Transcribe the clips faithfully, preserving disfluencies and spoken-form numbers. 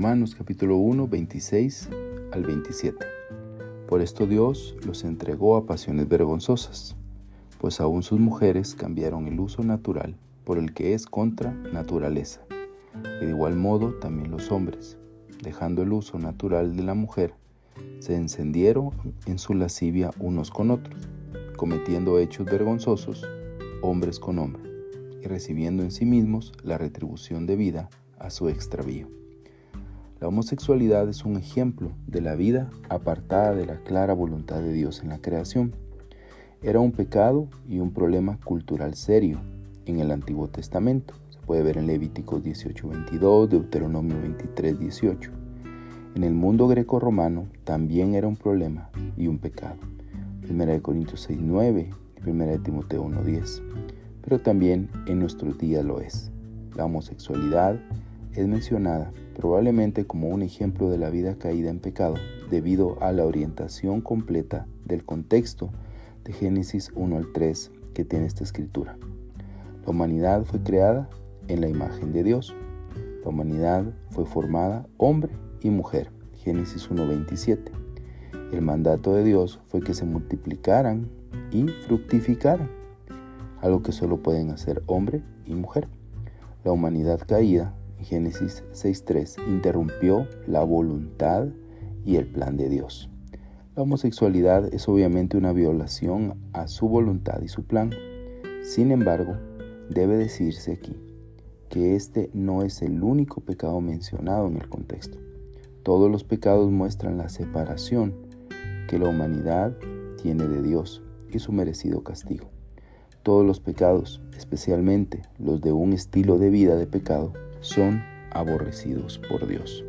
Romanos capítulo uno, veintiséis al veintisiete. Por esto Dios los entregó a pasiones vergonzosas, pues aún sus mujeres cambiaron el uso natural por el que es contra naturaleza. Y de igual modo también los hombres, dejando el uso natural de la mujer, se encendieron en su lascivia unos con otros, cometiendo hechos vergonzosos, hombres con hombres, y recibiendo en sí mismos la retribución debida a su extravío. La homosexualidad es un ejemplo de la vida apartada de la clara voluntad de Dios en la creación. Era un pecado y un problema cultural serio en el Antiguo Testamento. Se puede ver en Levíticos dieciocho veintidós, Deuteronomio veintitrés dieciocho. En el mundo greco-romano también era un problema y un pecado. Primera de Corintios seis nueve y Primera de Timoteo uno diez. Pero también en nuestros días lo es. La homosexualidad es mencionada probablemente como un ejemplo de la vida caída en pecado debido a la orientación completa del contexto de Génesis uno al tres que tiene esta escritura. La humanidad fue creada en la imagen de Dios. La humanidad fue formada hombre y mujer. Génesis uno veintisiete. El mandato de Dios fue que se multiplicaran y fructificaran, algo que solo pueden hacer hombre y mujer. La humanidad caída, en Génesis seis tres, interrumpió la voluntad y el plan de Dios. La homosexualidad es obviamente una violación a su voluntad y su plan. Sin embargo, debe decirse aquí que este no es el único pecado mencionado en el contexto. Todos los pecados muestran la separación que la humanidad tiene de Dios y su merecido castigo. Todos los pecados, especialmente los de un estilo de vida de pecado, son aborrecidos por Dios.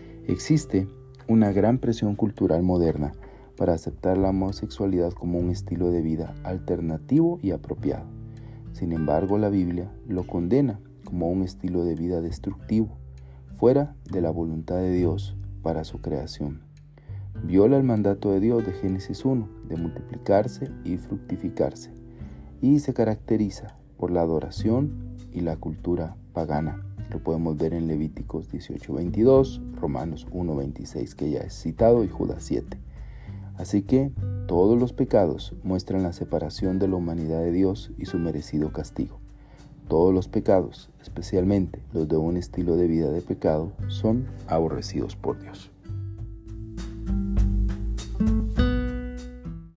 Existe una gran presión cultural moderna para aceptar la homosexualidad como un estilo de vida alternativo y apropiado. Sin embargo, la Biblia lo condena como un estilo de vida destructivo, fuera de la voluntad de Dios para su creación. Viola el mandato de Dios de Génesis uno, de multiplicarse y fructificarse, y se caracteriza por la adoración y la cultura pagana. Lo podemos ver en Levíticos dieciocho veintidós, Romanos uno veintiséis, que ya es citado, y Judas siete. Así que todos los pecados muestran la separación de la humanidad de Dios y su merecido castigo. Todos los pecados, especialmente los de un estilo de vida de pecado, son aborrecidos por Dios.